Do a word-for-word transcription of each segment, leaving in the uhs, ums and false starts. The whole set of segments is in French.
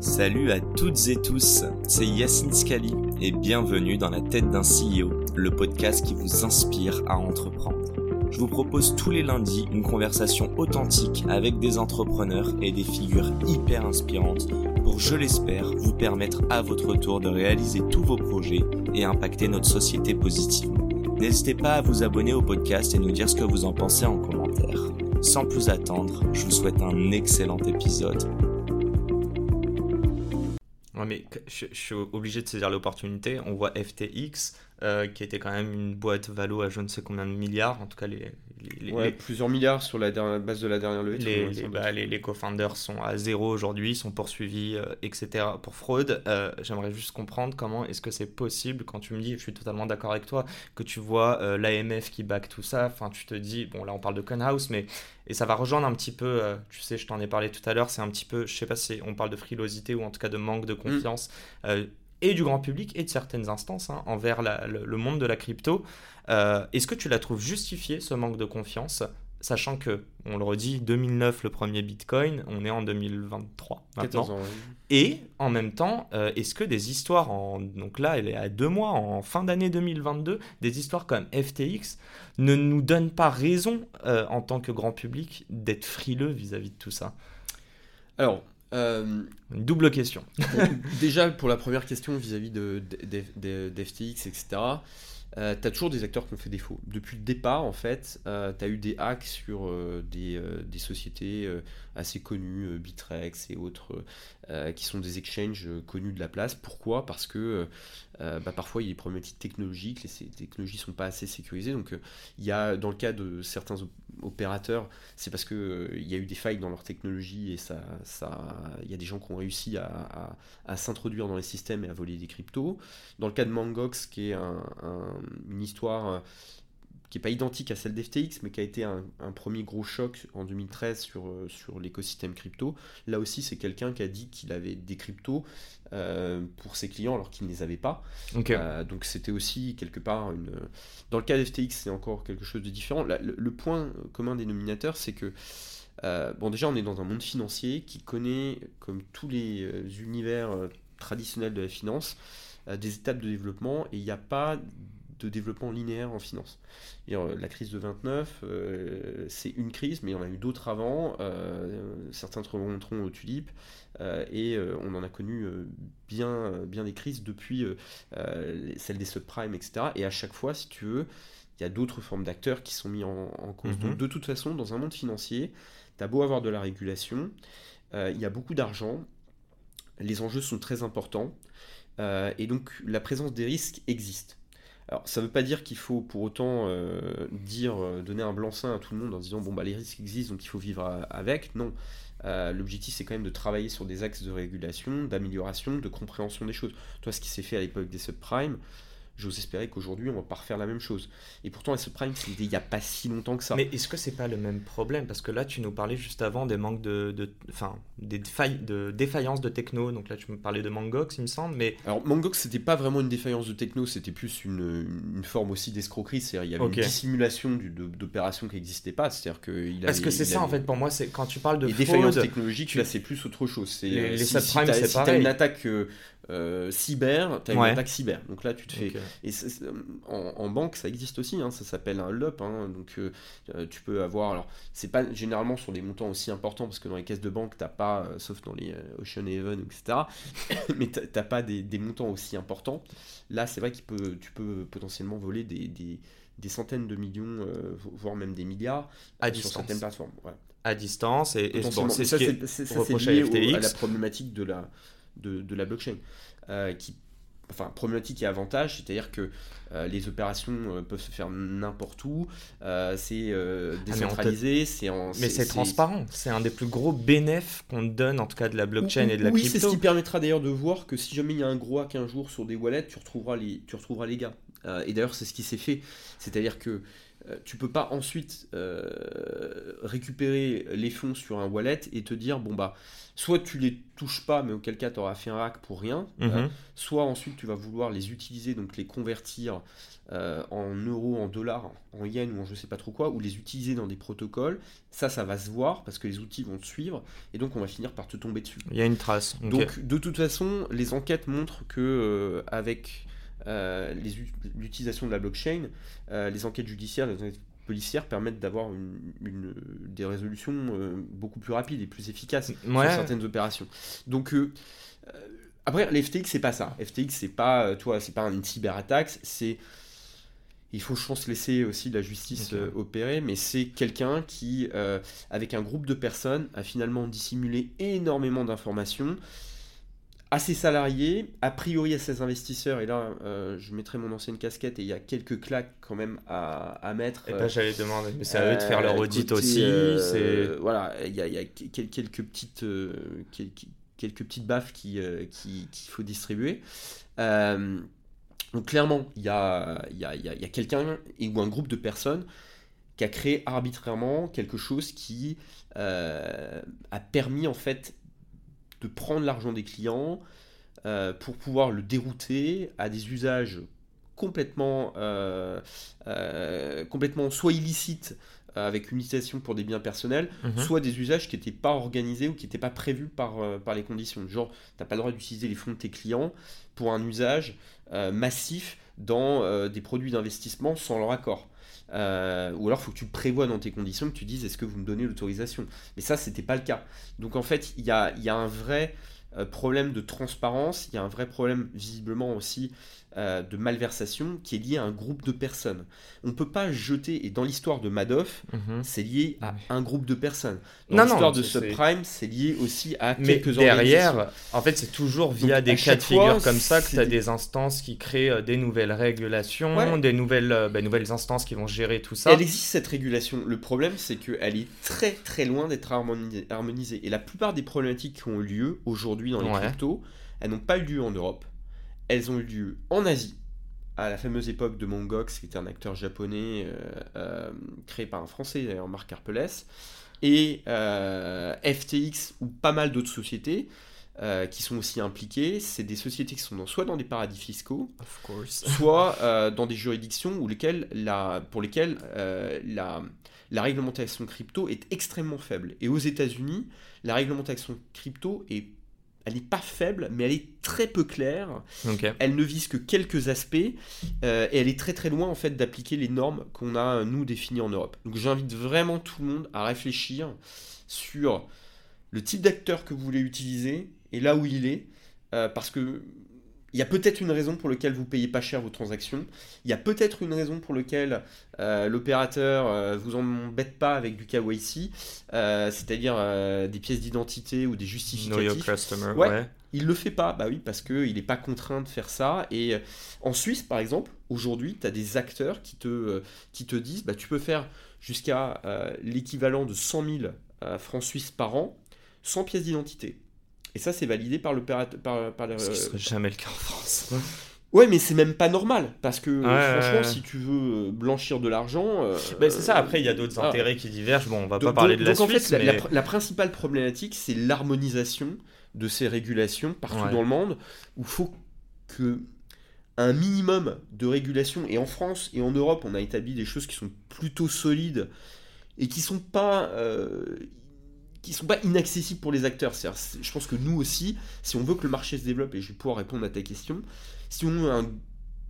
Salut à toutes et tous, c'est Yacine Scali et bienvenue dans la tête d'un C E O, le podcast qui vous inspire à entreprendre. Je vous propose tous les lundis une conversation authentique avec des entrepreneurs et des figures hyper inspirantes pour, je l'espère, vous permettre à votre tour de réaliser tous vos projets et impacter notre société positivement. N'hésitez pas à vous abonner au podcast et nous dire ce que vous en pensez en commentaire. Sans plus attendre, je vous souhaite un excellent épisode. Ouais, mais je, je suis obligé de saisir l'opportunité. On voit F T X, euh, qui était quand même une boîte valo à je ne sais combien de milliards. En tout cas, les, les, ouais, les, plusieurs milliards sur la dernière, base de la dernière levée. Les, les, bah, les, les co-founders sont à zéro aujourd'hui, sont poursuivis, euh, et cetera pour fraude. Euh, j'aimerais juste comprendre comment est-ce que c'est possible, quand tu me dis, je suis totalement d'accord avec toi, que tu vois euh, l'A M F qui back tout ça. Enfin, tu te dis, bon là on parle de Conhouse, mais et ça va rejoindre un petit peu, euh, tu sais, je t'en ai parlé tout à l'heure, c'est un petit peu, je sais pas si on parle de frilosité ou en tout cas de manque de confiance. Mmh. Euh, et du grand public et de certaines instances hein, envers la, le, le monde de la crypto. Euh, est-ce que tu la trouves justifiée, ce manque de confiance, sachant que, on le redit, deux mille neuf, le premier Bitcoin, on est en deux mille vingt-trois maintenant. quatorze ans, oui. Et en même temps, euh, est-ce que des histoires, en, donc là, elle est à deux mois, en fin d'année deux mille vingt-deux, des histoires comme F T X ne nous donnent pas raison, euh, en tant que grand public, d'être frileux vis-à-vis de tout ça? Alors... Euh, Une double question. Déjà, pour la première question vis-à-vis de, de, de, de F T X, et cetera, euh, tu as toujours des acteurs qui ont fait défaut. Depuis le départ, en fait, euh, tu as eu des hacks sur euh, des, euh, des sociétés euh, assez connues, euh, Bitrex et autres, euh, qui sont des exchanges euh, connus de la place. Pourquoi ? Parce que euh, bah, parfois, il y a des problématiques technologiques, les technologies ne sont pas assez sécurisées. Donc, euh, il y a, dans le cas de certains op- opérateurs, c'est parce qu'il euh, y a eu des failles dans leur technologie et ça, ça, il y a des gens qui ont réussi à, à, à s'introduire dans les systèmes et à voler des cryptos. Dans le cas de Mangox, qui est un, un, une histoire euh, qui n'est pas identique à celle d'F T X, mais qui a été un, un premier gros choc en deux mille treize sur, euh, sur l'écosystème crypto. Là aussi, c'est quelqu'un qui a dit qu'il avait des cryptos euh, pour ses clients alors qu'il ne les avait pas. Okay. Euh, donc c'était aussi quelque part une... Dans le cas d'F T X, c'est encore quelque chose de différent. La, le, le point commun dénominateur, c'est que Euh, bon, déjà, on est dans un monde financier qui connaît, comme tous les euh, univers euh, traditionnels de la finance, euh, des étapes de développement, et il n'y a pas de développement linéaire en finance. Et, euh, la crise de vingt-neuf, euh, c'est une crise, mais il y en a eu d'autres avant. Euh, certains te remonteront aux tulipes, euh, et euh, on en a connu euh, bien, bien des crises depuis euh, euh, celle des subprimes, et cetera. Et à chaque fois, si tu veux, il y a d'autres formes d'acteurs qui sont mis en, en cause. Mm-hmm. Donc, de toute façon, dans un monde financier, t'as beau avoir de la régulation, euh, il y a beaucoup d'argent, les enjeux sont très importants, euh, et donc la présence des risques existe. Alors ça ne veut pas dire qu'il faut pour autant euh, dire, euh, donner un blanc-seing à tout le monde en disant bon bah les risques existent donc il faut vivre à, avec, non. Euh, l'objectif c'est quand même de travailler sur des axes de régulation, d'amélioration, de compréhension des choses. Toi ce qui s'est fait à l'époque des subprimes, j'ose espérer qu'aujourd'hui, on va pas refaire la même chose. Et pourtant, les subprimes, c'était il n'y a pas si longtemps que ça. Mais est-ce que c'est pas le même problème ? Parce que là, tu nous parlais juste avant des manques de... de enfin, des failles, de défaillances de techno. Donc là, tu me parlais de Mangox, il me semble, mais... Alors, Mangox, c'était pas vraiment une défaillance de techno, c'était plus une, une forme aussi d'escroquerie. C'est-à-dire, il y avait okay. une dissimulation du, de, d'opérations qui n'existait pas. C'est-à-dire qu'il Parce avait, que c'est ça, avait... en fait, pour moi, c'est quand tu parles de et fraude... défaillance technologique, tu... là, c'est plus autre chose. C'est, les les si, subprimes, si c'est si pareil. Si t'as une attaque... Euh, Euh, cyber, tu as une ouais. attaque cyber. Donc là, tu te fais. Okay. Et c'est, c'est, en, en banque, ça existe aussi. Hein, ça s'appelle un L O P. Hein, donc euh, tu peux avoir. Alors, c'est pas généralement sur des montants aussi importants parce que dans les caisses de banque, t'as pas, euh, sauf dans les euh, Ocean Haven, et cetera. mais t'as, t'as pas des, des montants aussi importants. Là, c'est vrai que tu peux potentiellement voler des, des, des centaines de millions, euh, voire même des milliards à euh, distance. sur certaines plateformes. Ouais. À distance et, et bon, c'est ça, ce qui c'est, est c'est, ça, c'est lié F T X. Au, à la problématique de la De, de la blockchain, euh, qui, enfin problématique et avantage, c'est-à-dire que euh, les opérations euh, peuvent se faire n'importe où, euh, c'est euh, décentralisé, ah, c'est en, mais c'est, c'est, c'est transparent, c'est un des plus gros bénéfices qu'on donne en tout cas de la blockchain ou, et de la oui, crypto. Oui, c'est ce qui permettra d'ailleurs de voir que si jamais il y a un gros hack un jour sur des wallets, tu retrouveras les, tu retrouveras les gars. Euh, et d'ailleurs c'est ce qui s'est fait, c'est-à-dire que euh, tu peux pas ensuite euh, récupérer les fonds sur un wallet et te dire, bon bah, soit tu les touches pas, mais auquel cas tu auras fait un hack pour rien, Mhm. euh, soit ensuite tu vas vouloir les utiliser, donc les convertir euh, en euros, en dollars, en yens ou en je sais pas trop quoi, ou les utiliser dans des protocoles. Ça, ça va se voir parce que les outils vont te suivre et donc on va finir par te tomber dessus. Il y a une trace. Ok. Donc de toute façon, les enquêtes montrent que euh, avec euh, les u- l'utilisation de la blockchain, euh, les enquêtes judiciaires, les enquêtes policières permettent d'avoir une, une- des résolutions euh, beaucoup plus rapides et plus efficaces Ouais. sur certaines opérations. Donc euh, euh, après, les F T X c'est pas ça. F T X c'est pas, euh, toi, c'est pas une cyberattaque, c'est il faut, je pense, laisser aussi la justice Ok. euh, opérer, mais c'est quelqu'un qui, euh, avec un groupe de personnes, a finalement dissimulé énormément d'informations à ses salariés, a priori à ses investisseurs, et là, euh, je mettrai mon ancienne casquette, et il y a quelques claques quand même à, à mettre. Et euh, ben j'allais demander, mais c'est à eux de faire leur euh, audit côté, aussi. euh, C'est Voilà, il y a, il y a quel- quelques petites, euh, quelques, quelques petites baffes qui, euh, qui- qu'il faut distribuer. Euh, donc clairement, il y a, il y a, il y a, il y a quelqu'un et- ou un groupe de personnes qui a créé arbitrairement quelque chose qui euh, a permis en fait de prendre l'argent des clients euh, pour pouvoir le dérouter à des usages complètement, euh, euh, complètement soit illicites euh, avec une utilisation pour des biens personnels, Mhm. soit des usages qui n'étaient pas organisés ou qui n'étaient pas prévus par, euh, par les conditions. Genre, tu n'as pas le droit d'utiliser les fonds de tes clients pour un usage euh, massif dans euh, des produits d'investissement sans leur accord. Euh, ou alors il faut que tu le prévois dans tes conditions, que tu dises est-ce que vous me donnez l'autorisation. Mais ça, c'était pas le cas. Donc en fait, il y a, il y a un vrai euh, problème de transparence, il y a un vrai problème visiblement aussi euh, de malversation qui est lié à un groupe de personnes. On ne peut pas jeter, et dans l'histoire de Madoff, Mhm. c'est lié à Ouais. un groupe de personnes. Dans Non, l'histoire non, de c'est- Subprime, c'est lié aussi à Mais quelques organisations. derrière, en fait, c'est toujours via Donc, des à cas chaque de figure fois, comme ça que c'est tu as des- des instances qui créent euh, des nouvelles régulations, Ouais. des nouvelles, euh, bah, nouvelles instances qui vont gérer tout ça. Elle existe cette régulation. Le problème, c'est qu'elle est très très loin d'être harmonisée, harmonisée. Et la plupart des problématiques qui ont eu lieu aujourd'hui dans les Ouais. cryptos, elles n'ont pas eu lieu en Europe. Elles ont eu lieu en Asie, à la fameuse époque de Mongox, qui était un acteur japonais euh, euh, créé par un Français, d'ailleurs, Marc Harpelès, et euh, F T X ou pas mal d'autres sociétés euh, qui sont aussi impliquées. C'est des sociétés qui sont dans- soit dans des paradis fiscaux, Of course. soit euh, dans des juridictions où lesquelles la, pour lesquelles euh, la, la réglementation crypto est extrêmement faible. Et aux États-Unis, la réglementation crypto est, elle n'est pas faible, mais elle est très peu claire. Ok. Elle ne vise que quelques aspects euh, et elle est très très loin en fait d'appliquer les normes qu'on a nous définies en Europe. Donc j'invite vraiment tout le monde à réfléchir sur le type d'acteur que vous voulez utiliser et là où il est, euh, parce que il y a peut-être une raison pour laquelle vous payez pas cher vos transactions. Il y a peut-être une raison pour laquelle euh, l'opérateur euh, vous embête pas avec du K Y C, euh, c'est-à-dire euh, des pièces d'identité ou des Know your justificatifs. customer. Ouais. Ouais. Il le fait pas, bah oui, parce qu'il n'est pas contraint de faire ça. Et euh, en Suisse, par exemple, aujourd'hui, tu as des acteurs qui te, euh, qui te disent bah, tu peux faire jusqu'à euh, l'équivalent de cent mille euh, francs suisses par an sans pièce d'identité. Et ça, c'est validé par l'opérateur. Par, par, Ce qui euh, serait jamais le cas en France. Ouais, mais c'est même pas normal. Parce que Ouais, franchement, ouais, ouais. si tu veux blanchir de l'argent. euh, Ben, c'est ça, après il y a d'autres ah. intérêts qui divergent. Bon, on va Donc- pas parler donc- de la donc, Suisse, en fait, la- mais... la, la principale problématique, c'est l'harmonisation de ces régulations partout Ouais. dans le monde, où il faut que un minimum de régulation, et en France et en Europe, on a établi des choses qui sont plutôt solides et qui sont pas euh, qui sont pas inaccessibles pour les acteurs. C'est-à-dire, c'est- je pense que nous aussi, si on veut que le marché se développe, et je vais pouvoir répondre à ta question, si on veut un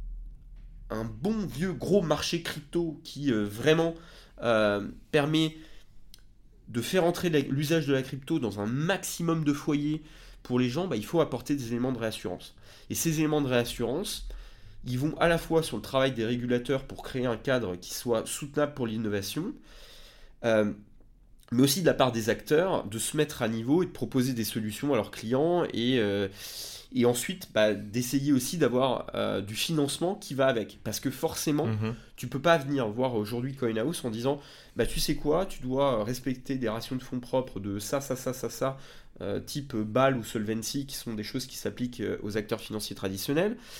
un bon vieux gros marché crypto qui euh, vraiment euh, permet de faire entrer la- l'usage de la crypto dans un maximum de foyers pour les gens, bah, il faut apporter des éléments de réassurance. Et ces éléments de réassurance, ils vont à la fois sur le travail des régulateurs pour créer un cadre qui soit soutenable pour l'innovation, euh, mais aussi de la part des acteurs de se mettre à niveau et de proposer des solutions à leurs clients et, euh, et ensuite bah, d'essayer aussi d'avoir euh, du financement qui va avec. Parce que forcément, Mhm. tu peux pas venir voir aujourd'hui CoinHouse en disant bah tu sais quoi, tu dois respecter des rations de fonds propres de ça, ça, ça, ça, ça, euh, type B A L ou Solvency, qui sont des choses qui s'appliquent euh, aux acteurs financiers traditionnels.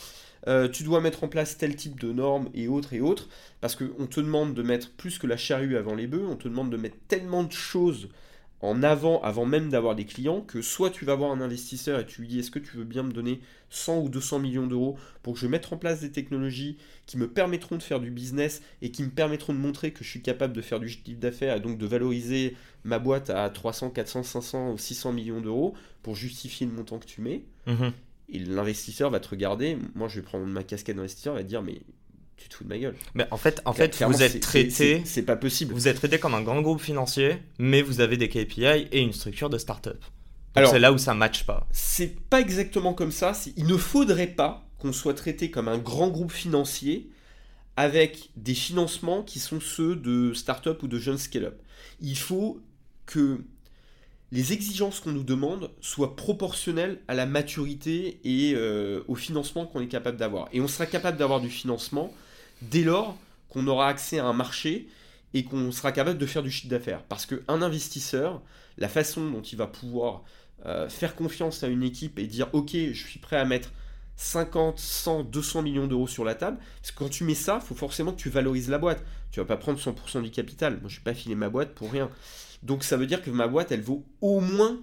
euh, tu dois mettre en place tel type de normes et autres et autres, parce qu'on te demande de mettre plus que la charrue avant les bœufs, on te demande de mettre tellement de choses en avant, avant même d'avoir des clients, que soit tu vas voir un investisseur et tu lui dis est-ce que tu veux bien me donner cent ou deux cents millions d'euros pour que je mette en place des technologies qui me permettront de faire du business et qui me permettront de montrer que je suis capable de faire du chiffre d'affaires et donc de valoriser ma boîte à trois cents, quatre cents, cinq cents ou six cents millions d'euros pour justifier le montant que tu mets. Mmh. Et l'investisseur va te regarder, moi je vais prendre ma casquette d'investisseur et va te dire mais tu te fous de ma gueule. Mais en fait, en fait Clairement, vous êtes c'est- traité, c'est- c'est pas possible. vous êtes traité comme un grand groupe financier, mais vous avez des K P I et une structure de start-up. Donc Alors- c'est là où ça ne matche pas. C'est pas exactement comme ça. c'est- Il ne faudrait pas qu'on soit traité comme un grand groupe financier avec des financements qui sont ceux de start-up ou de jeunes scale-up. Il faut que les exigences qu'on nous demande soient proportionnelles à la maturité et euh, au financement qu'on est capable d'avoir. Et on sera capable d'avoir du financement dès lors qu'on aura accès à un marché et qu'on sera capable de faire du chiffre d'affaires. Parce qu'un investisseur, la façon dont il va pouvoir euh, faire confiance à une équipe et dire « Ok, je suis prêt à mettre cinquante, cent, deux cents millions d'euros sur la table », parce que quand tu mets ça, il faut forcément que tu valorises la boîte. Tu vas pas prendre cent pour cent du capital. Moi, je ne vais pas filer ma boîte pour rien. Donc ça veut dire que ma boîte, elle vaut au moins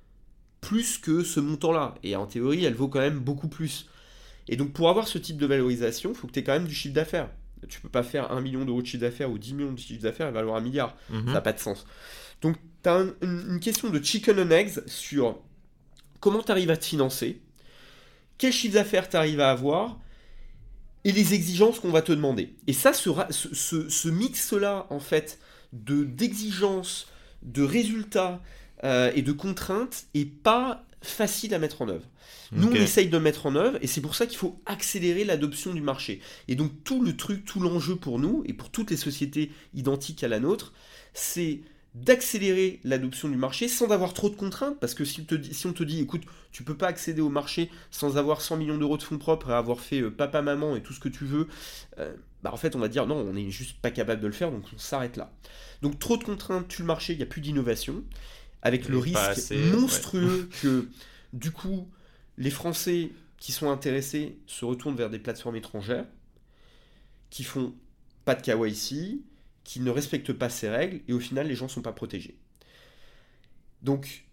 plus que ce montant-là. Et en théorie, elle vaut quand même beaucoup plus. Et donc pour avoir ce type de valorisation, il faut que tu aies quand même du chiffre d'affaires. Tu peux pas faire un million d'euros de chiffre d'affaires ou dix millions de chiffre d'affaires et valoir un milliard. Mmh. Ça n'a pas de sens. Donc tu as un, une, une question de chicken and eggs sur comment tu arrives à te financer, quel chiffre d'affaires tu arrives à avoir et les exigences qu'on va te demander. Et ça, ce, ce, ce, ce mix-là, en fait, de, d'exigences, de résultats euh, et de contraintes est pas facile à mettre en œuvre. Nous, Ok. on essaye de le mettre en œuvre et c'est pour ça qu'il faut accélérer l'adoption du marché. Et donc, tout le truc, tout l'enjeu pour nous et pour toutes les sociétés identiques à la nôtre, c'est d'accélérer l'adoption du marché sans avoir trop de contraintes, parce que si on te dit, si on te dit écoute, tu peux pas accéder au marché sans avoir cent millions d'euros de fonds propres et avoir fait euh, papa, maman et tout ce que tu veux, euh, bah en fait on va dire non, on n'est juste pas capable de le faire, donc on s'arrête là. Donc trop de contraintes tue le marché, il n'y a plus d'innovation, avec Et le pas risque assez, monstrueux que du coup les Français qui sont intéressés se retournent vers des plateformes étrangères qui font pas de K Y C, qui ne respectent pas ces règles, et au final, les gens ne sont pas protégés. Donc,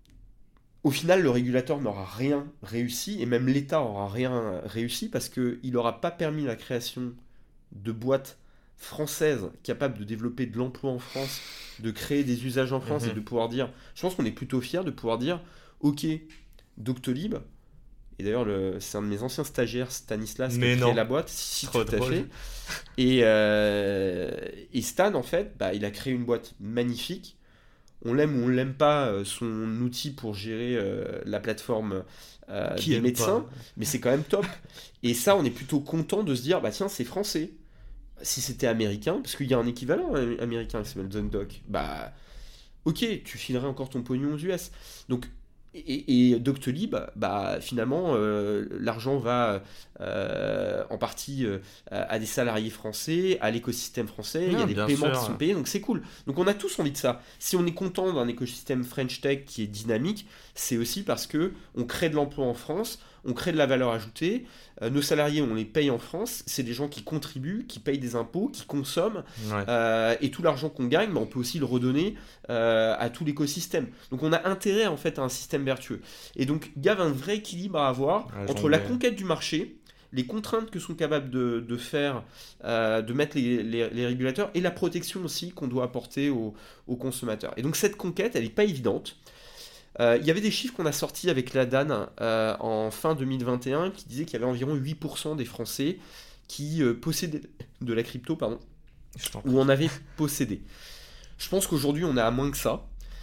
au final, le régulateur n'aura rien réussi, et même l'État n'aura rien réussi, parce qu'il n'aura pas permis la création de boîtes françaises capables de développer de l'emploi en France, de créer des usages en France, Mhm. et de pouvoir dire... Je pense qu'on est plutôt fiers de pouvoir dire, ok, Doctolib, et d'ailleurs, le, c'est un de mes anciens stagiaires, Stanislas, qui Mais a créé non. la boîte. Si, Trop tout à drôle. fait. Et, euh, et Stan, en fait, bah, il a créé une boîte magnifique. On l'aime ou on l'aime pas, euh, son outil pour gérer euh, la plateforme euh, Qui des aime médecins, pas. mais c'est quand même top. Et ça, on est plutôt content de se dire, bah tiens, c'est français. Si c'était américain, parce qu'il y a un équivalent am- américain qui s'appelle ZocDoc, bah ok, tu filerais encore ton pognon aux U S. Donc, et, et Doctolib, bah, finalement, euh, l'argent va euh, en partie euh, à des salariés français, à l'écosystème français, il y Ah, a des bien paiements sûr. qui sont payés, donc c'est cool. Donc on a tous envie de ça. Si on est content d'un écosystème French Tech qui est dynamique, c'est aussi parce que on crée de l'emploi en France, on crée de la valeur ajoutée, euh, nos salariés, on les paye en France, c'est des gens qui contribuent, qui payent des impôts, qui consomment, Ouais. euh, et tout l'argent qu'on gagne, bah, on peut aussi le redonner euh, à tout l'écosystème. Donc on a intérêt en fait à un système vertueux. Et donc il y a un vrai équilibre à avoir Ouais, entre jongler. la conquête du marché, les contraintes que sont capables de, de faire, euh, de mettre les, les- les régulateurs, et la protection aussi qu'on doit apporter aux, aux consommateurs. Et donc cette conquête, elle n'est pas évidente. Euh, Il y avait des chiffres qu'on a sortis avec la D A N euh, en fin deux mille vingt et un qui disaient qu'il y avait environ huit pour cent des Français qui euh, possédaient de la crypto, pardon, Je t'en ou en avaient possédé. Je pense qu'aujourd'hui on est à moins que ça.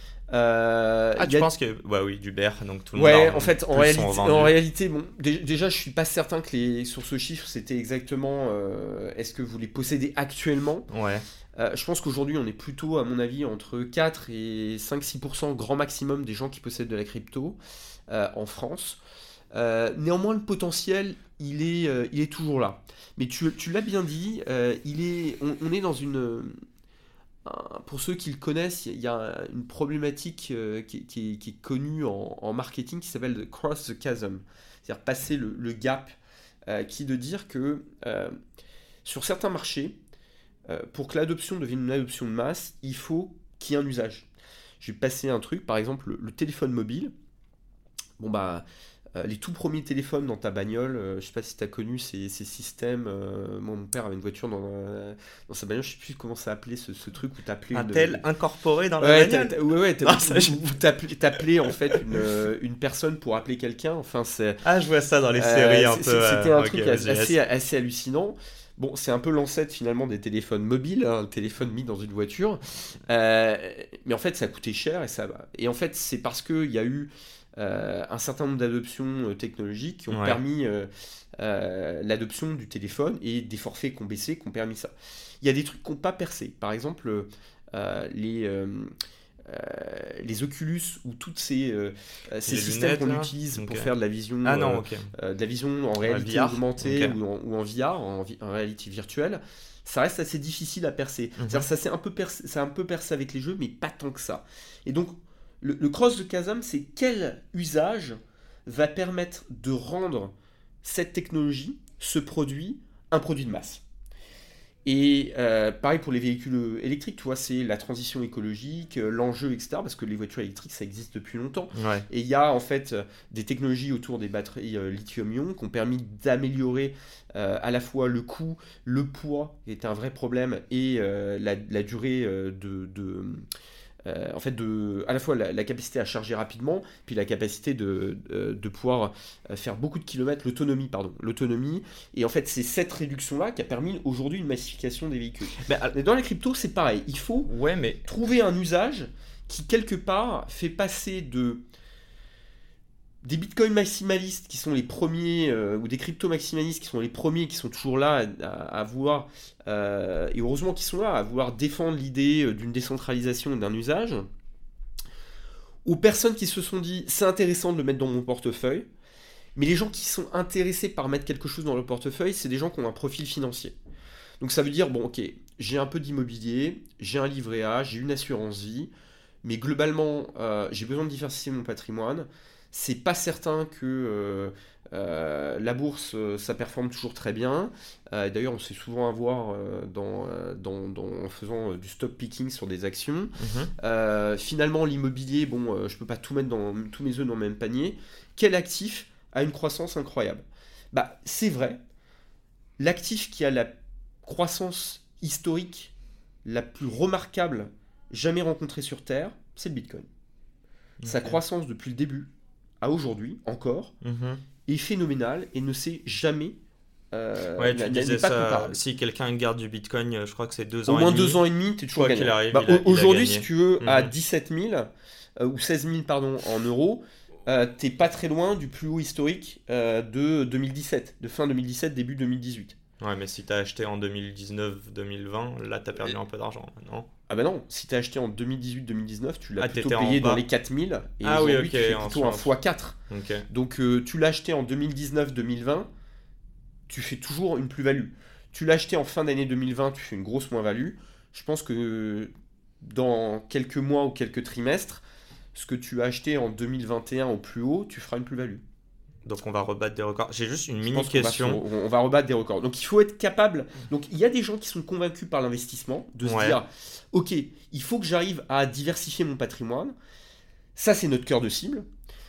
Euh, Ah, il y tu a- penses que. Ouais, oui, d'Uber, donc tout le Ouais, monde. en fait, en plus réalité, sont vendus. en réalité, bon, dé- déjà, je suis pas certain que les, sur ce chiffre, c'était exactement euh, est-ce que vous les possédez actuellement. Ouais. Euh, je pense qu'aujourd'hui, on est plutôt, à mon avis, entre quatre et cinq à six pour cent grand maximum des gens qui possèdent de la crypto euh, en France. Euh, néanmoins, le potentiel, il est, euh, il est toujours là. Mais tu, tu l'as bien dit, euh, il est, on, on est dans une... euh, un- Pour ceux qui le connaissent, il y a une problématique euh, qui, qui est, qui est connue en, en marketing qui s'appelle the cross the chasm, c'est-à-dire passer le, le gap euh, qui est de dire que euh, sur certains marchés, euh, pour que l'adoption devienne une adoption de masse, il faut qu'il y ait un usage. Je vais passer un truc, par exemple le, le téléphone mobile. Bon bah, euh, les tout premiers téléphones dans ta bagnole, euh, je sais pas si tu as connu ces, ces systèmes. Euh, moi, mon père avait une voiture dans, euh, dans sa bagnole, je sais plus comment ça s'appelait ce, ce truc où t'appelais. Un une... tel incorporé dans la ouais, bagnole. t'as, t'as, ouais, ouais, t'as, Ah, ça, je... où t'appelais, t'appelais en fait une, une personne pour appeler quelqu'un. Enfin, c'est. Ah, je vois ça dans les euh, séries un c'est, peu. C'était un euh, truc okay, assez, assez, assez hallucinant. Bon, c'est un peu l'ancêtre finalement des téléphones mobiles, hein, un téléphone mis dans une voiture. Euh, mais en fait, ça coûtait cher et ça va. Et en fait, c'est parce qu'il y a eu euh, un certain nombre d'adoptions euh, technologiques qui ont ouais. permis euh, euh, l'adoption du téléphone et des forfaits qui ont baissé, qui ont permis ça. Il y a des trucs qui n'ont pas percé. Par exemple, euh, les. Euh, Euh, les Oculus ou toutes ces, euh, ces systèmes lunettes, qu'on là. utilise okay. pour faire de la vision, ah, non, euh, okay. euh, de la vision en réalité V R. augmentée okay. ou, en, ou en V R, en, en réalité virtuelle, ça reste assez difficile à percer. Mm-hmm. C'est-à-dire ça s'est un peu percé, ça a un peu percé avec les jeux, mais pas tant que ça. Et donc le, le cross de chasm, c'est quel usage va permettre de rendre cette technologie, ce produit, un produit de masse. Et euh, pareil pour les véhicules électriques, tu vois, c'est la transition écologique, euh, l'enjeu, et cetera. Parce que les voitures électriques, ça existe depuis longtemps. Ouais. Et il y a en fait euh, des technologies autour des batteries euh, lithium-ion qui ont permis d'améliorer euh, à la fois le coût, le poids, qui était un vrai problème, et euh, la, la durée euh, de... de Euh, en fait, de, à la fois la, la capacité à charger rapidement, puis la capacité de, de, de pouvoir faire beaucoup de kilomètres, l'autonomie, pardon, l'autonomie. Et en fait, c'est cette réduction-là qui a permis aujourd'hui une massification des véhicules. Mais, mais dans la crypto, c'est pareil. Il faut ouais, mais... trouver un usage qui, quelque part, fait passer de... des bitcoins maximalistes qui sont les premiers, euh, ou des cryptos maximalistes qui sont les premiers, qui sont toujours là à, à, à vouloir, euh, et heureusement qu'ils sont là, à vouloir défendre l'idée d'une décentralisation et d'un usage, aux personnes qui se sont dit c'est intéressant de le mettre dans mon portefeuille, mais les gens qui sont intéressés par mettre quelque chose dans leur portefeuille, c'est des gens qui ont un profil financier. Donc ça veut dire, bon ok, j'ai un peu d'immobilier, j'ai un livret A, j'ai une assurance vie, mais globalement, euh, j'ai besoin de diversifier mon patrimoine. C'est pas certain que euh, euh, la bourse, euh, ça performe toujours très bien. Euh, d'ailleurs, on se fait souvent avoir euh, dans, dans, dans, en faisant euh, du stock picking sur des actions. Mm-hmm. Euh, finalement, l'immobilier, bon, euh, je peux pas tout mettre dans tous mes œufs dans le même panier. Quel actif a une croissance incroyable ? Bah, c'est vrai. L'actif qui a la croissance historique la plus remarquable jamais rencontrée sur Terre, c'est le Bitcoin. Okay. Sa croissance depuis le début à aujourd'hui, encore, mm-hmm. est phénoménale et ne s'est jamais... Euh, ouais, tu n'a, disais pas ça, comparable. Si quelqu'un garde du Bitcoin, je crois que c'est deux ans Au moins et demi. deux ans et demi, t'es toujours gagnant. Arrive, bah, il a, aujourd'hui, il a si tu veux, mm-hmm. à dix-sept mille, euh, ou seize mille, pardon, en euros, euh, t'es pas très loin du plus haut historique euh, de deux mille dix-sept, de fin deux mille dix-sept, début deux mille dix-huit. Ouais, mais si t'as acheté en deux mille dix-neuf deux mille vingt, là t'as perdu et... un peu d'argent, non ? Ah bah non, si t'as acheté en deux mille dix-huit deux mille dix-neuf, tu l'as ah, plutôt payé dans les quatre mille, et ah, aujourd'hui oui, okay, tu fais plutôt un fois quatre. Okay. Donc euh, tu l'as acheté en deux mille dix-neuf deux mille vingt, tu fais toujours une plus-value. Tu l'as acheté en fin d'année deux mille vingt, tu fais une grosse moins-value. Je pense que dans quelques mois ou quelques trimestres, ce que tu as acheté en deux mille vingt et un au plus haut, tu feras une plus-value. Donc on va rebattre des records. J'ai juste une Je mini question. On va, on va rebattre des records. Donc il faut être capable. Donc il y a des gens qui sont convaincus par l'investissement, de se ouais. dire, ok, il faut que j'arrive à diversifier mon patrimoine. Ça c'est notre cœur de cible.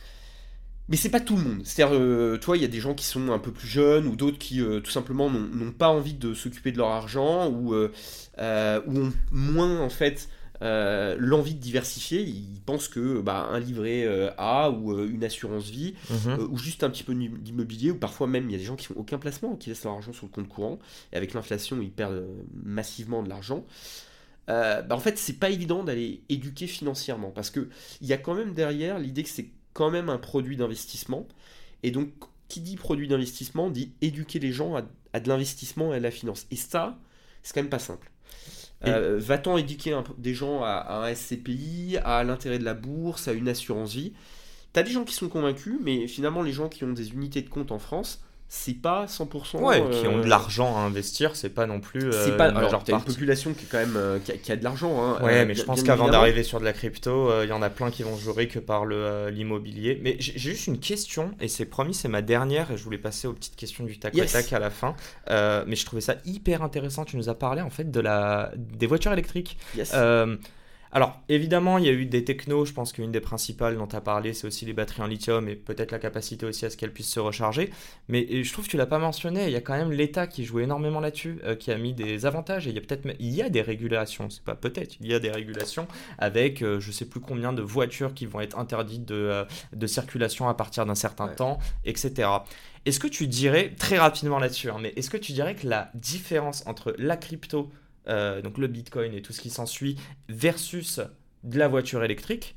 Mais c'est pas tout le monde. C'est-à-dire, euh, toi, il y a des gens qui sont un peu plus jeunes ou d'autres qui euh, tout simplement n'ont, n'ont pas envie de s'occuper de leur argent ou, euh, euh, ou ont moins en fait. Euh, l'envie de diversifier, ils pensent que bah, un livret euh, A ou euh, une assurance vie mm-hmm. euh, ou juste un petit peu d'immobilier, ou parfois même il y a des gens qui n'ont aucun placement, qui laissent leur argent sur le compte courant et avec l'inflation ils perdent euh, massivement de l'argent. Euh, bah, en fait c'est pas évident d'aller éduquer financièrement parce que il y a quand même derrière l'idée que c'est quand même un produit d'investissement, et donc qui dit produit d'investissement dit éduquer les gens à, à de l'investissement et à la finance, et ça c'est quand même pas simple. Euh, va-t-on éduquer un, des gens à, à un S C P I, à l'intérêt de la bourse, à une assurance vie ? T'as des gens qui sont convaincus, mais finalement les gens qui ont des unités de compte en France, c'est pas cent pour cent. Ouais, euh, qui ont de l'argent à investir, c'est pas non plus. Euh, c'est pas. une Alors, majeure t'as une partie. population qui est quand même euh, qui, a, qui a de l'argent. Hein, Ouais, euh, mais je bien- pense bien qu'avant évidemment. d'arriver sur de la crypto, il euh, y en a plein qui vont jurer que par le, euh, l'immobilier. Mais j'ai j'ai juste une question, et c'est promis, c'est ma dernière, et je voulais passer aux petites questions du tac Yes. au tac à la fin. Euh, mais je trouvais ça hyper intéressant. Tu nous as parlé en fait de la des voitures électriques. Yes. Euh, alors, évidemment, il y a eu des technos. Je pense qu'une des principales dont tu as parlé, c'est aussi les batteries en lithium et peut-être la capacité aussi à ce qu'elles puissent se recharger. Mais et je trouve que tu l'as pas mentionné. Il y a quand même l'État qui jouait énormément là-dessus, euh, qui a mis des avantages. Et il y a peut-être, il y a des régulations. C'est pas peut-être, il y a des régulations avec, euh, je sais plus combien de voitures qui vont être interdites de, euh, de circulation à partir d'un certain Ouais. temps, et cetera. Est-ce que tu dirais, très rapidement là-dessus, hein, mais est-ce que tu dirais que la différence entre la crypto, euh, donc le Bitcoin et tout ce qui s'ensuit, versus de la voiture électrique,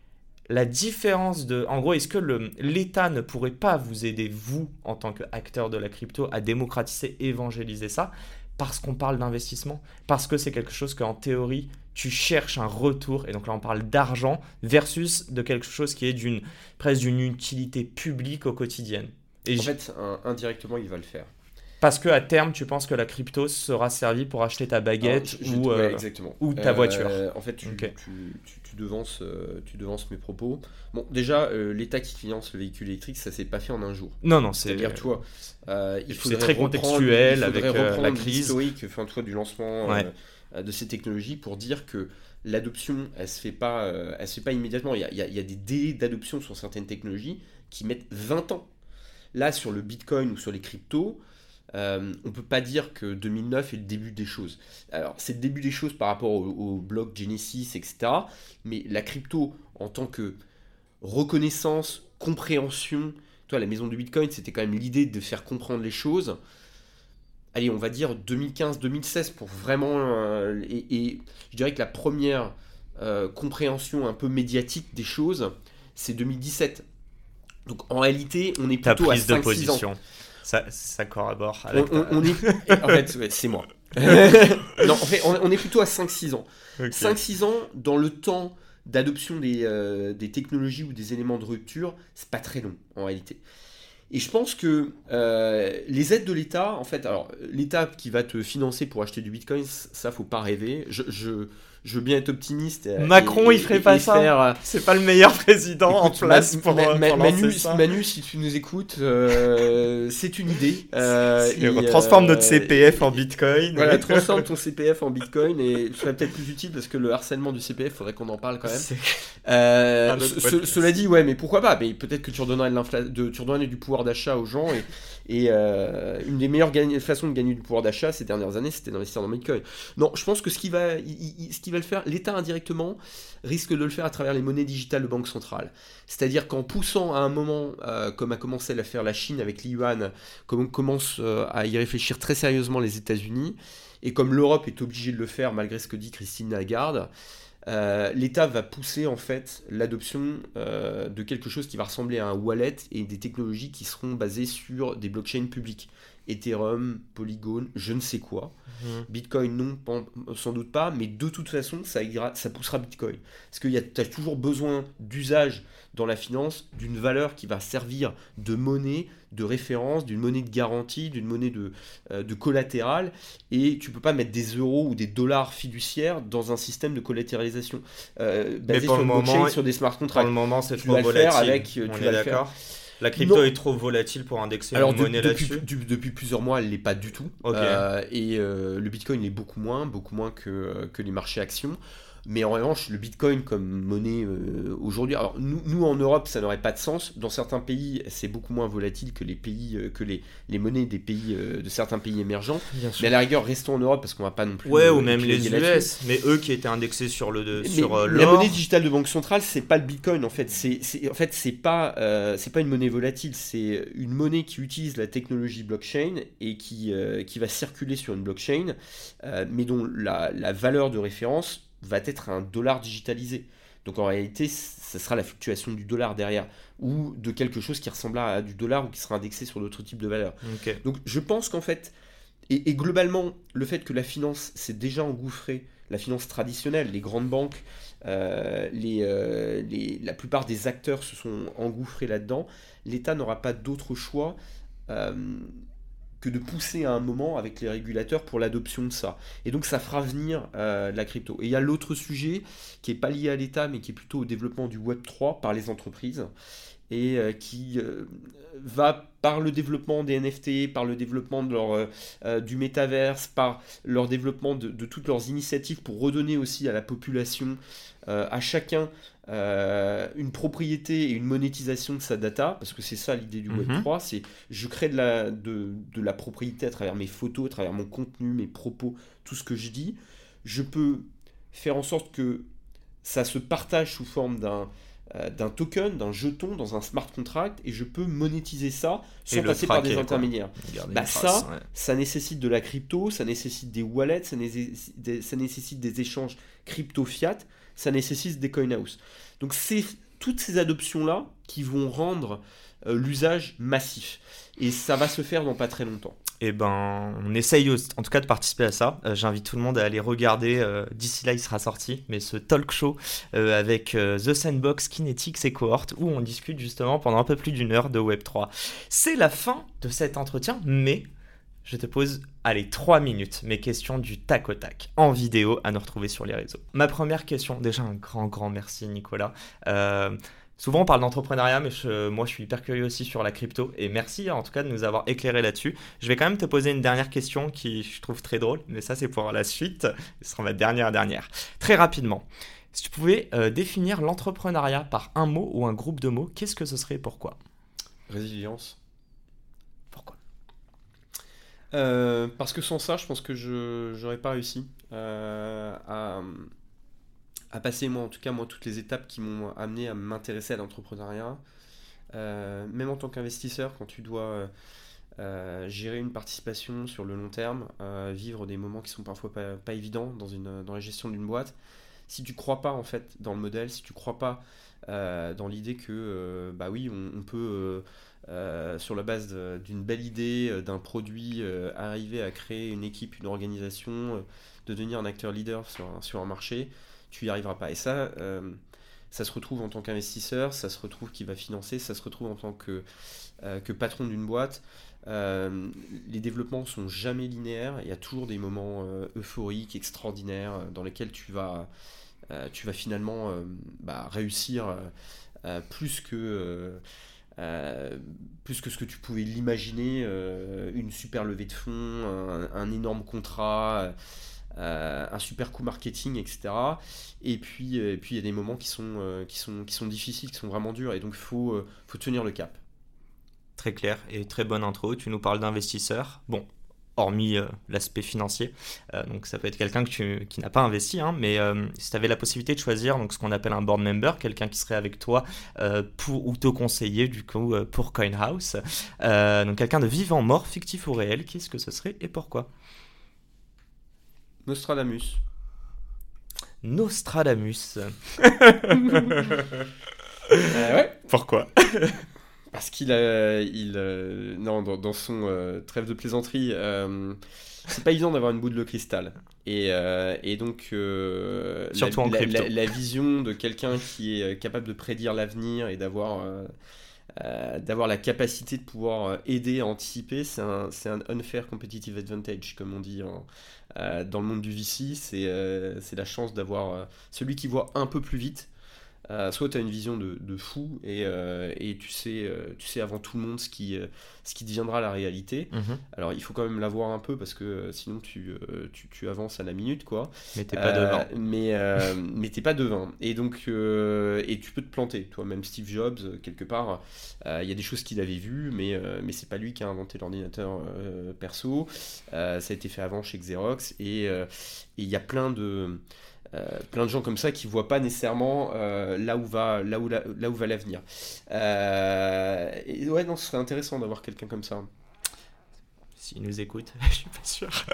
la différence de... En gros, est-ce que le, l'État ne pourrait pas vous aider, vous, en tant qu'acteur de la crypto, à démocratiser, évangéliser ça, parce qu'on parle d'investissement, parce que c'est quelque chose qu'en théorie, tu cherches un retour, et donc là on parle d'argent, versus de quelque chose qui est d'une, presque d'une utilité publique au quotidien. Et En j- fait, un- indirectement, il va le faire. Parce qu'à terme, tu penses que la crypto sera servie pour acheter ta baguette Alors, je- je- ou, ouais, euh, exactement. ou ta Euh, voiture. En fait, tu, Ok. tu, tu, tu devances, euh, tu devances mes propos. Bon, déjà, euh, l'État qui finance le véhicule électrique, ça s'est pas fait en un jour. Non, non, c'est... C'est-à-dire, tu vois, euh, il c'est faudrait très reprendre- contextuel il faudrait avec, euh, reprendre la crise. l'historique, enfin, toi, du lancement Ouais. euh, de ces technologies pour dire que l'adoption, elle se fait pas, euh, elle se fait pas immédiatement. Il y a, il y a- il y a des délais d'adoption sur certaines technologies qui mettent vingt ans. Là, sur le Bitcoin ou sur les cryptos, euh, on peut pas dire que deux mille neuf est le début des choses. Alors, c'est le début des choses par rapport au, au bloc Genesis, et cetera. Mais la crypto, en tant que reconnaissance, compréhension, toi, la maison du Bitcoin, c'était quand même l'idée de faire comprendre les choses. Allez, on va dire deux mille quinze deux mille seize pour vraiment... euh, et, et je dirais que la première euh, compréhension un peu médiatique des choses, c'est deux mille dix-sept. Donc en réalité, on est Ta plutôt à prise de cinq six ans. position. Ça, ça corrobore On, avec on- ta- on est... En fait, ouais, c'est moi. non, en fait, on, on est plutôt à cinq six ans. Ok. cinq six ans, dans le temps d'adoption des, euh, des technologies ou des éléments de rupture, c'est pas très long en réalité. Et je pense que euh, les aides de l'État, en fait, alors l'État qui va te financer pour acheter du Bitcoin, ça faut pas rêver. Je, je, je veux bien être optimiste. et- Macron, et- il ferait et- pas et ça. faire, euh, C'est pas le meilleur président en Écoute, place Ma- pour, Ma- euh, Ma- pour Manu, lancer ça. Manu, si tu nous écoutes, euh, c'est une idée. Euh, C'est- et, on transforme euh, notre C P F en Bitcoin. Voilà, transforme ton C P F en Bitcoin et ce serait peut-être plus utile parce que le harcèlement du C P F, faudrait qu'on en parle quand même. C'est- Euh, Un autre ce- ce- podcast. cela dit, ouais, mais pourquoi pas? Mais peut-être que tu redonnerais, de l'infla- de, tu redonnerais du pouvoir d'achat aux gens et, et euh, une des meilleures gagn- façons de gagner du pouvoir d'achat ces dernières années, c'était d'investir dans Bitcoin. Non, je pense que ce qui va, il- il- ce qui va le faire, l'État indirectement risque de le faire à travers les monnaies digitales de banque centrale. C'est-à-dire qu'en poussant à un moment, euh, comme a commencé à le faire la Chine avec l'Yuan, comme on commence euh, à y réfléchir très sérieusement les États-Unis, et comme l'Europe est obligée de le faire malgré ce que dit Christine Lagarde, euh, l'État va pousser en fait l'adoption euh, de quelque chose qui va ressembler à un wallet et des technologies qui seront basées sur des blockchains publiques. Ethereum, Polygon, je ne sais quoi. Mhm. Bitcoin, non, pan- sans doute pas, mais de toute façon, ça, ira- ça poussera Bitcoin. Parce que tu as toujours besoin d'usage dans la finance, d'une valeur qui va servir de monnaie, de référence, d'une monnaie de garantie, d'une monnaie de, euh, de collatéral, et tu peux pas mettre des euros ou des dollars fiduciaires dans un système de collatéralisation euh, basé pour sur le une blockchain, moment, sur des smart Pour contracts. le moment, c'est Tu trop vas le volatile. faire avec, euh, On tu est vas le faire. d'accord. La crypto Non. est trop volatile pour indexer Alors une de- monnaie depuis, là-dessus. du- depuis plusieurs mois, elle l'est pas du tout. Ok. Euh, et euh, le Bitcoin l'est beaucoup moins, beaucoup moins que, que les marchés actions. Mais en revanche, le Bitcoin comme monnaie euh, aujourd'hui, alors nous, nous en Europe, ça n'aurait pas de sens. Dans certains pays, c'est beaucoup moins volatile que les pays, euh, que les, les monnaies des pays, euh, de certains pays émergents. Bien Mais à la rigueur, restons en Europe parce qu'on va pas non plus. Ouais, euh, ou même les épiloguer U là-dessus. S, mais eux qui étaient indexés sur le de- Mais sur euh, la l'or. monnaie digitale de banque centrale, c'est pas le Bitcoin en fait. C'est, c'est- en fait, c'est pas, euh, c'est pas une monnaie volatile. C'est une monnaie qui utilise la technologie blockchain et qui, euh, qui va circuler sur une blockchain, euh, mais dont la, la valeur de référence va être un dollar digitalisé. Donc en réalité, ce sera la fluctuation du dollar derrière, ou de quelque chose qui ressemblera à du dollar ou qui sera indexé sur d'autres types de valeurs. Ok. Donc je pense qu'en fait, et, et globalement, le fait que la finance s'est déjà engouffrée, la finance traditionnelle, les grandes banques, euh, les, euh, les- la plupart des acteurs se sont engouffrés là-dedans, l'État n'aura pas d'autre choix euh, que de pousser à un moment avec les régulateurs pour l'adoption de ça. Et donc ça fera venir euh, la crypto. Et il y a l'autre sujet qui n'est pas lié à l'État, mais qui est plutôt au développement du web trois par les entreprises, et euh, qui euh, va par le développement des N F T, par le développement de leur, euh, du métaverse, par leur développement de, de toutes leurs initiatives pour redonner aussi à la population, euh, à chacun, euh, une propriété et une monétisation de sa data, parce que c'est ça l'idée du web trois, c'est je crée de la, de, de la propriété à travers mes photos, à travers mon contenu, mes propos, tout ce que je dis. Je peux faire en sorte que ça se partage sous forme d'un d'un token, d'un jeton dans un smart contract, et je peux monétiser ça sans passer par des intermédiaires. Bah ça, ouais. ça nécessite de la crypto, ça nécessite des wallets, ça nécessite des, ça nécessite des échanges crypto-fiat, ça nécessite des coin house. Donc c'est toutes ces adoptions-là qui vont rendre euh, l'usage massif. Et ça va se faire dans pas très longtemps. Eh ben, on essaye en tout cas de participer à ça. Euh, j'invite tout le monde à aller regarder. Euh, d'ici là, il sera sorti, mais ce talk show euh, avec euh, The Sandbox, Kinetics et Cohort, où on discute justement pendant un peu plus d'une heure de web trois. C'est la fin de cet entretien, mais je te pose, allez, trois minutes, mes questions du tac au tac, en vidéo, à nous retrouver sur les réseaux. Ma première question, déjà un grand, grand merci Nicolas. Euh, Souvent on parle d'entrepreneuriat, mais je, moi je suis hyper curieux aussi sur la crypto, et merci en tout cas de nous avoir éclairé là-dessus. Je vais quand même te poser une dernière question qui je trouve très drôle, mais ça c'est pour la suite, ce sera ma dernière dernière. Très rapidement, si tu pouvais euh, définir l'entrepreneuriat par un mot ou un groupe de mots, qu'est-ce que ce serait et pourquoi ? Résilience. Pourquoi ? euh, Parce que sans ça, je pense que je n'aurais pas réussi euh, à... à passer, moi en tout cas, moi, toutes les étapes qui m'ont amené à m'intéresser à l'entrepreneuriat. Euh, même en tant qu'investisseur, quand tu dois euh, gérer une participation sur le long terme, euh, vivre des moments qui sont parfois pas, pas évidents dans, une, dans la gestion d'une boîte, si tu crois pas en fait dans le modèle, si tu crois pas euh, dans l'idée que, euh, bah oui, on, on peut, euh, euh, sur la base de, d'une belle idée, d'un produit, euh, arriver à créer une équipe, une organisation, euh, de devenir un acteur leader sur un, sur un marché, tu n'y arriveras pas. Et ça, euh, ça se retrouve en tant qu'investisseur, ça se retrouve qui va financer, ça se retrouve en tant que, euh, que patron d'une boîte. Euh, les développements sont jamais linéaires, il y a toujours des moments euh, euphoriques, extraordinaires, dans lesquels tu vas, euh, tu vas finalement euh, bah, réussir euh, plus que... Euh, Euh, plus que ce que tu pouvais l'imaginer, euh, une super levée de fonds, un, un énorme contrat, euh, un super coup marketing, et cetera. Et puis, et puis il y a des moments qui sont, euh, qui sont, qui sont difficiles, qui sont vraiment durs, et donc il faut, euh, faut tenir le cap. Très clair et très bonne intro. Tu nous parles d'investisseurs. Bon, hormis euh, l'aspect financier. Euh, donc ça peut être quelqu'un que tu, qui n'a pas investi, hein, mais euh, si tu avais la possibilité de choisir donc, ce qu'on appelle un board member, quelqu'un qui serait avec toi euh, pour, ou te conseiller du coup euh, pour CoinHouse, euh, donc quelqu'un de vivant, mort, fictif ou réel, qu'est-ce que ce serait et pourquoi ? Nostradamus. Nostradamus. euh, ouais. Pourquoi ? Parce qu'il a, il, euh, non, dans, dans son euh, trêve de plaisanterie, euh, c'est pas évident d'avoir une boule de cristal. Et, euh, et donc, euh, surtout la, en la, crypto. La, la vision de quelqu'un qui est capable de prédire l'avenir et d'avoir, euh, euh, d'avoir la capacité de pouvoir aider à anticiper, c'est un, c'est un unfair competitive advantage, comme on dit en, euh, dans le monde du V C. C'est, euh, c'est la chance d'avoir euh, celui qui voit un peu plus vite. Euh, soit tu as une vision de, de fou et, euh, et tu, sais, euh, tu sais avant tout le monde ce qui, euh, ce qui deviendra la réalité. Mm-hmm. Alors il faut quand même l'avoir un peu parce que euh, sinon tu, euh, tu, tu avances à la minute, quoi. Mais t'es pas euh, devin. Mais, euh, mais t'es pas devin. Et donc euh, et tu peux te planter. Toi, même Steve Jobs, quelque part, il euh, y a des choses qu'il avait vues, mais, euh, mais c'est pas lui qui a inventé l'ordinateur euh, perso. Euh, ça a été fait avant chez Xerox et il y a plein de... Euh, plein de gens comme ça qui voient pas nécessairement euh, là où va là où la, là où va l'avenir. Euh, et ouais, non, ce serait intéressant d'avoir quelqu'un comme ça. S'il nous écoute, je suis pas sûr.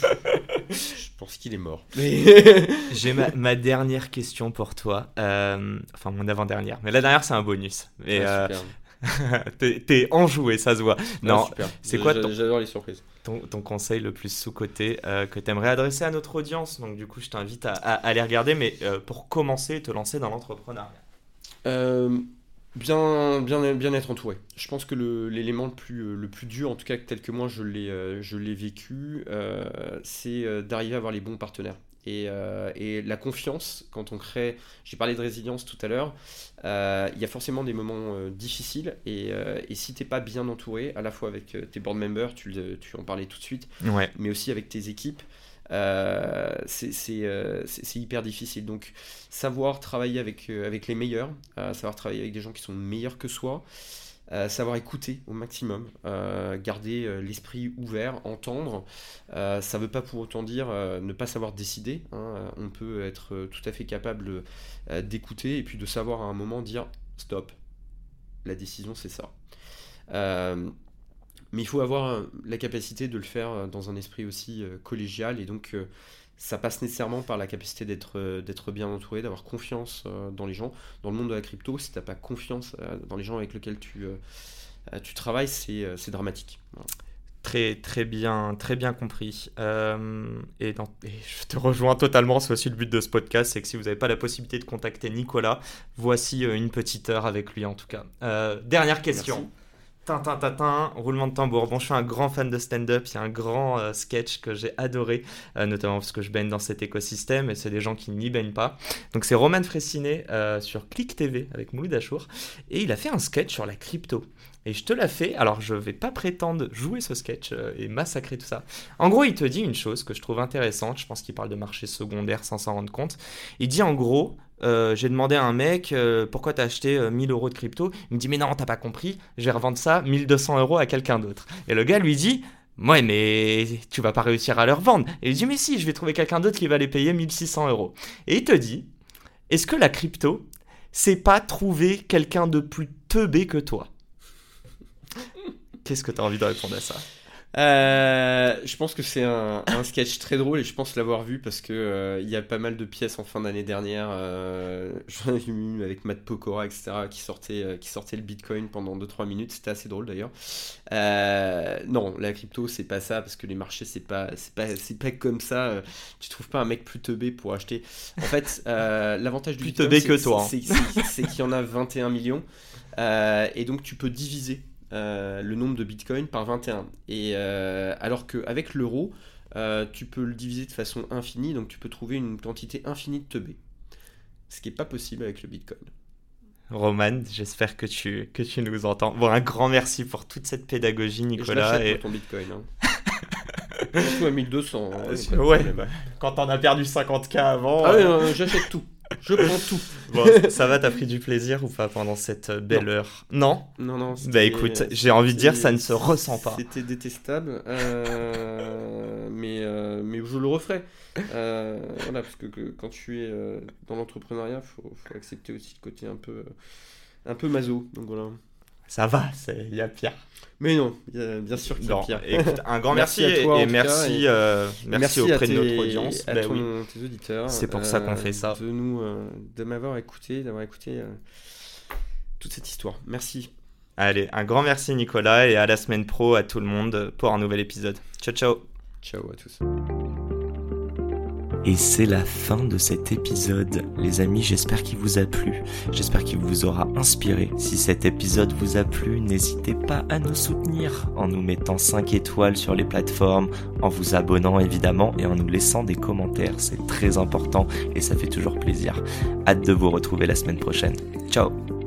Je pense qu'il est mort. J'ai ma, ma dernière question pour toi. Euh, enfin, mon avant-dernière. Mais la dernière, c'est un bonus. Mais, ouais, euh, t'es, t'es enjoué, ça se voit. Non, ouais, super. C'est quoi ton... J'adore les surprises. Ton, ton conseil le plus sous-coté euh, que tu aimerais adresser à notre audience. Donc du coup, je t'invite à, à, à les regarder, mais euh, pour commencer, te lancer dans l'entrepreneuriat. Euh, Bien, bien, bien être entouré. Je pense que le, l'élément le plus, le plus dur, en tout cas tel que moi je l'ai, euh, je l'ai vécu, euh, c'est euh, d'arriver à avoir les bons partenaires. Et, euh, et la confiance, quand on crée, j'ai parlé de résilience tout à l'heure, euh, il y a forcément des moments euh, difficiles. Et, euh, et si tu n'es pas bien entouré, à la fois avec euh, tes board members, tu, tu en parlais tout de suite, Ouais. mais aussi avec tes équipes, Euh, c'est, c'est, euh, c'est, c'est hyper difficile. Donc savoir travailler avec, euh, avec les meilleurs, euh, savoir travailler avec des gens qui sont meilleurs que soi, euh, savoir écouter au maximum, euh, garder euh, l'esprit ouvert, entendre, euh, ça ne veut pas pour autant dire euh, ne pas savoir décider, hein. On peut être euh, tout à fait capable euh, d'écouter et puis de savoir à un moment dire stop, la décision c'est ça. euh, Mais il faut avoir la capacité de le faire dans un esprit aussi euh, collégial. Et donc, euh, ça passe nécessairement par la capacité d'être, euh, d'être bien entouré, d'avoir confiance euh, dans les gens. Dans le monde de la crypto, si tu n'as pas confiance euh, dans les gens avec lesquels tu, euh, tu travailles, c'est, euh, c'est dramatique. Voilà. Très, très bien, très bien compris. Euh, et, dans, et je te rejoins totalement, c'est aussi le but de ce podcast, c'est que si vous n'avez pas la possibilité de contacter Nicolas, voici euh, une petite heure avec lui en tout cas. Euh, dernière question. Merci. Tintin, tintin, roulement de tambour. Bon, je suis un grand fan de stand-up. Il y a un grand euh, sketch que j'ai adoré, euh, notamment parce que je baigne dans cet écosystème et c'est des gens qui n'y baignent pas. Donc, c'est Roman Fressinet euh, sur Click T V avec Mouloud Achour et il a fait un sketch sur la crypto. Et je te la fais. Alors, je vais pas prétendre jouer ce sketch euh, et massacrer tout ça. En gros, il te dit une chose que je trouve intéressante. Je pense qu'il parle de marché secondaire sans s'en rendre compte. Il dit en gros. Euh, j'ai demandé à un mec euh, pourquoi t'as acheté euh, mille euros de crypto. Il me dit mais non t'as pas compris, je vais revendre ça mille deux cents euros à quelqu'un d'autre. Et le gars lui dit ouais mais tu vas pas réussir à leur vendre. Et il dit mais si, je vais trouver quelqu'un d'autre qui va les payer mille six cents euros. Et il te dit est-ce que la crypto c'est pas trouver quelqu'un de plus teubé que toi? Qu'est-ce que t'as envie de répondre à ça? Euh, je pense que c'est un, un sketch très drôle et je pense l'avoir vu parce que euh, il y a pas mal de pièces en fin d'année dernière. Euh, J'en ai vu une avec Matt Pokora, et cetera qui sortait, euh, qui sortait le Bitcoin pendant deux trois minutes. C'était assez drôle d'ailleurs. Euh, non, la crypto c'est pas ça parce que les marchés c'est pas, c'est pas, c'est pas comme ça. Euh, tu trouves pas un mec plus teubé pour acheter. En fait, euh, l'avantage du Plus Bitcoin teubé c'est, que toi, c'est, c'est, c'est, c'est qu'il y en a vingt et un millions euh, et donc tu peux diviser. Euh, le nombre de bitcoins par vingt et un. Et euh, alors qu'avec l'euro, euh, tu peux le diviser de façon infinie, donc tu peux trouver une quantité infinie de teubés. Ce qui n'est pas possible avec le bitcoin. Roman, j'espère que tu, que tu nous entends. Bon, un grand merci pour toute cette pédagogie, Nicolas. Et je l'achète, et... moi, ton bitcoin. Hein. Surtout à mille deux cents. Euh, Ouais, ouais, bah, quand t'en as perdu cinquante mille avant... Ah oui, euh... non, j'achète tout. Je prends tout. Bon, ça va, t'as pris du plaisir ou pas pendant cette belle non. heure? Non. Non, non. Bah écoute, j'ai envie de dire, ça ne se ressent pas. C'était détestable, euh, mais, euh, mais je le referai. Euh, voilà, parce que, que quand tu es euh, dans l'entrepreneuriat, il faut, faut accepter aussi le côté un peu, un peu maso. Donc voilà. Ça va, il y a pire. Mais non, y a, bien sûr qu'il y a non, pire. Écoute, un grand merci, merci à toi, et, en et tout merci, cas, et euh, merci, merci auprès tes, de notre audience. à Ben ton, oui. tes auditeurs. C'est pour ça qu'on fait ça. De nous, euh, de m'avoir écouté, d'avoir écouté euh, toute cette histoire. Merci. Allez, un grand merci Nicolas et à la semaine pro à tout le monde pour un nouvel épisode. Ciao, ciao. Ciao à tous. Et c'est la fin de cet épisode. Les amis, j'espère qu'il vous a plu. J'espère qu'il vous aura inspiré. Si cet épisode vous a plu, n'hésitez pas à nous soutenir en nous mettant cinq étoiles sur les plateformes, en vous abonnant évidemment et en nous laissant des commentaires. C'est très important et ça fait toujours plaisir. Hâte de vous retrouver la semaine prochaine. Ciao!